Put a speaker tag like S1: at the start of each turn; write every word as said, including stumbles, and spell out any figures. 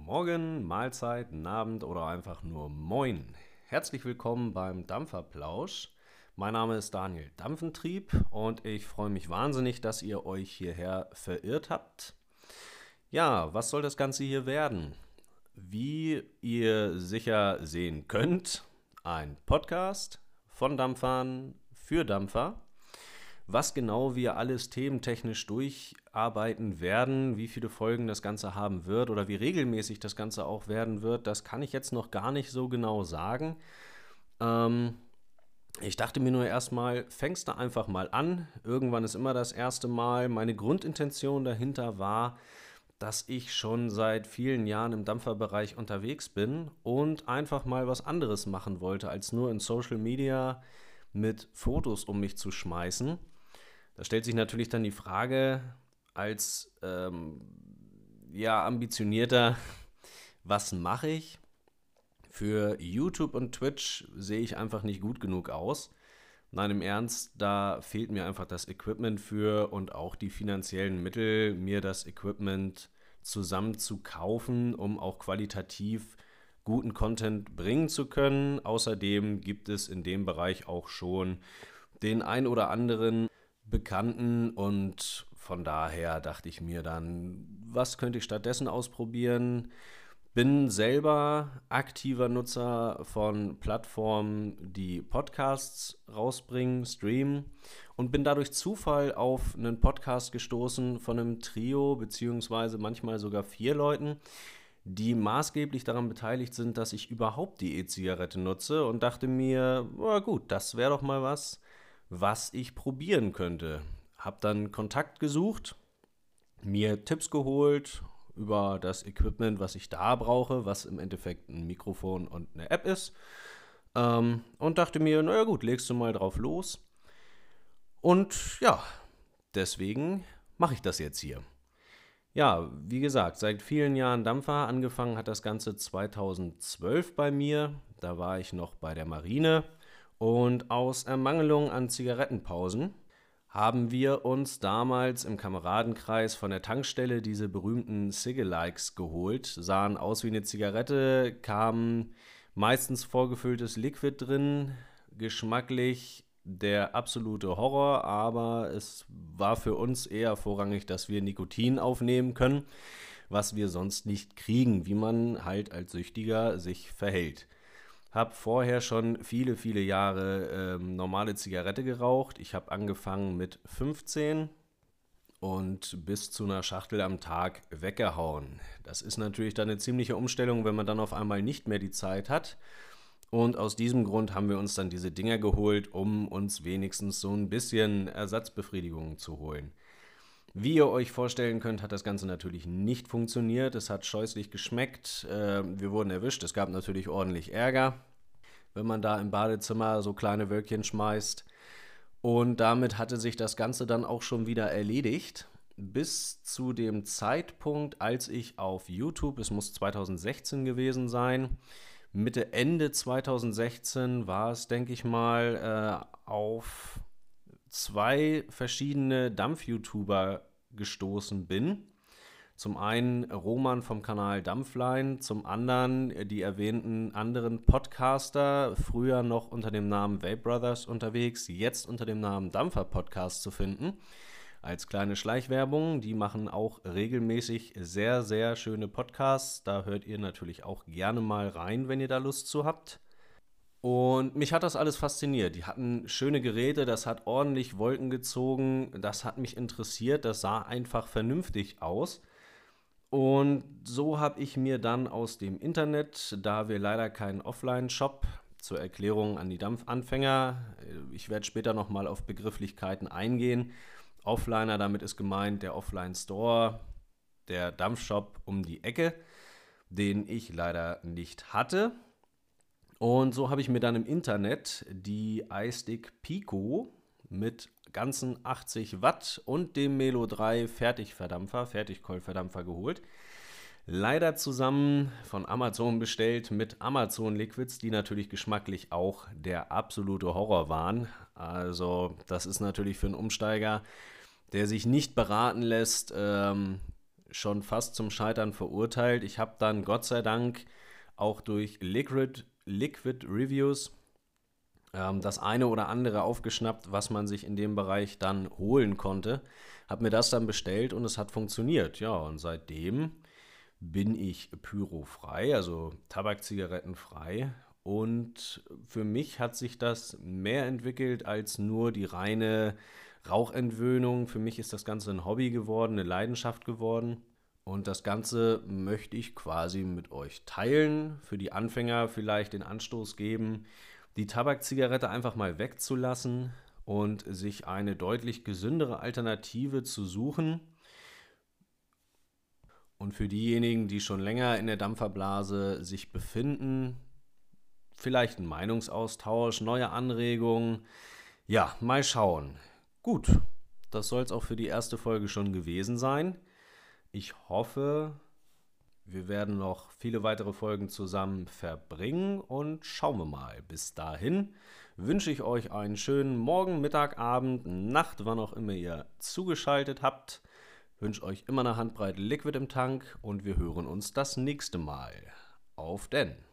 S1: Morgen, Mahlzeit, Abend oder einfach nur Moin. Herzlich willkommen beim Dampferplausch. Mein Name ist Daniel Dampfentrieb und ich freue mich wahnsinnig, dass ihr euch hierher verirrt habt. Ja, was soll das Ganze hier werden? Wie ihr sicher sehen könnt, ein Podcast von Dampfern für Dampfer. Was genau wir alles thementechnisch durcharbeiten werden, wie viele Folgen das Ganze haben wird oder wie regelmäßig das Ganze auch werden wird, das kann ich jetzt noch gar nicht so genau sagen. Ähm, ich dachte mir nur erstmal, fängst du einfach mal an. Irgendwann ist immer das erste Mal. Meine Grundintention dahinter war, dass ich schon seit vielen Jahren im Dampferbereich unterwegs bin und einfach mal was anderes machen wollte, als nur in Social Media mit Fotos um mich zu schmeißen. Da stellt sich natürlich dann die Frage, als ähm, ja, ambitionierter, was mache ich? Für YouTube und Twitch sehe ich einfach nicht gut genug aus. Nein, im Ernst, da fehlt mir einfach das Equipment für und auch die finanziellen Mittel, mir das Equipment zusammen zu kaufen, um auch qualitativ guten Content bringen zu können. Außerdem gibt es in dem Bereich auch schon den ein oder anderen Bekannten und von daher dachte ich mir dann, was könnte ich stattdessen ausprobieren? Bin selber aktiver Nutzer von Plattformen, die Podcasts rausbringen, streamen und bin dadurch Zufall auf einen Podcast gestoßen von einem Trio beziehungsweise manchmal sogar vier Leuten, die maßgeblich daran beteiligt sind, dass ich überhaupt die E-Zigarette nutze und dachte mir, na gut, das wäre doch mal was, was ich probieren könnte. Hab dann Kontakt gesucht, mir Tipps geholt über das Equipment, was ich da brauche, was im Endeffekt ein Mikrofon und eine App ist. Ähm, und dachte mir, naja gut, legst du mal drauf los. Und ja, deswegen mache ich das jetzt hier. Ja, wie gesagt, seit vielen Jahren Dampfer. Angefangen hat das Ganze zweitausendzwölf bei mir. Da war ich noch bei der Marine. Und aus Ermangelung an Zigarettenpausen haben wir uns damals im Kameradenkreis von der Tankstelle diese berühmten Cig-a-Likes geholt. Sahen aus wie eine Zigarette, kamen meistens vorgefülltes Liquid drin, geschmacklich der absolute Horror, aber es war für uns eher vorrangig, dass wir Nikotin aufnehmen können, was wir sonst nicht kriegen, wie man halt als Süchtiger sich verhält. Habe vorher schon viele, viele Jahre ähm, normale Zigarette geraucht. Ich habe angefangen mit fünfzehn und bis zu einer Schachtel am Tag weggehauen. Das ist natürlich dann eine ziemliche Umstellung, wenn man dann auf einmal nicht mehr die Zeit hat. Und aus diesem Grund haben wir uns dann diese Dinger geholt, um uns wenigstens so ein bisschen Ersatzbefriedigung zu holen. Wie ihr euch vorstellen könnt, hat das Ganze natürlich nicht funktioniert. Es hat scheußlich geschmeckt. Äh, wir wurden erwischt. Es gab natürlich ordentlich Ärger, wenn man da im Badezimmer so kleine Wölkchen schmeißt. Und damit hatte sich das Ganze dann auch schon wieder erledigt. Bis zu dem Zeitpunkt, als ich auf YouTube, es muss zweitausendsechzehn gewesen sein, Mitte, Ende zweitausendsechzehn war es, denke ich mal, äh, auf zwei verschiedene Dampf-YouTuber gestoßen bin. Zum einen Roman vom Kanal Dampfline, zum anderen die erwähnten anderen Podcaster, früher noch unter dem Namen Vape Brothers unterwegs, jetzt unter dem Namen Dampfer Podcast zu finden. Als kleine Schleichwerbung, die machen auch regelmäßig sehr, sehr schöne Podcasts. Da hört ihr natürlich auch gerne mal rein, wenn ihr da Lust zu habt. Und mich hat das alles fasziniert. Die hatten schöne Geräte, das hat ordentlich Wolken gezogen, das hat mich interessiert, das sah einfach vernünftig aus. Und so habe ich mir dann aus dem Internet, da wir leider keinen Offline-Shop, zur Erklärung an die Dampfanfänger, ich werde später nochmal auf Begrifflichkeiten eingehen. Offliner, damit ist gemeint der Offline-Store, der Dampfshop um die Ecke, den ich leider nicht hatte. Und so habe ich mir dann im Internet die iStick Pico mit ganzen achtzig Watt und dem Melo drei Fertigverdampfer, Fertigkeulverdampfer geholt. Leider zusammen von Amazon bestellt mit Amazon Liquids, die natürlich geschmacklich auch der absolute Horror waren. Also das ist natürlich für einen Umsteiger, der sich nicht beraten lässt, ähm, schon fast zum Scheitern verurteilt. Ich habe dann Gott sei Dank auch durch Liquid, Liquid Reviews ähm, das eine oder andere aufgeschnappt, was man sich in dem Bereich dann holen konnte. Habe mir das dann bestellt und es hat funktioniert. Ja, und seitdem bin ich pyrofrei, also Tabakzigarettenfrei. Und für mich hat sich das mehr entwickelt als nur die reine Rauchentwöhnung. Für mich ist das Ganze ein Hobby geworden, eine Leidenschaft geworden. Und das Ganze möchte ich quasi mit euch teilen, für die Anfänger vielleicht den Anstoß geben, die Tabakzigarette einfach mal wegzulassen und sich eine deutlich gesündere Alternative zu suchen. Und für diejenigen, die schon länger in der Dampferblase sich befinden, vielleicht ein Meinungsaustausch, neue Anregungen. Ja, mal schauen. Gut, das soll es auch für die erste Folge schon gewesen sein. Ich hoffe, wir werden noch viele weitere Folgen zusammen verbringen und schauen wir mal. Bis dahin wünsche ich euch einen schönen Morgen, Mittag, Abend, Nacht, wann auch immer ihr zugeschaltet habt. Wünsche euch immer eine Handbreit Liquid im Tank und wir hören uns das nächste Mal. Auf denn!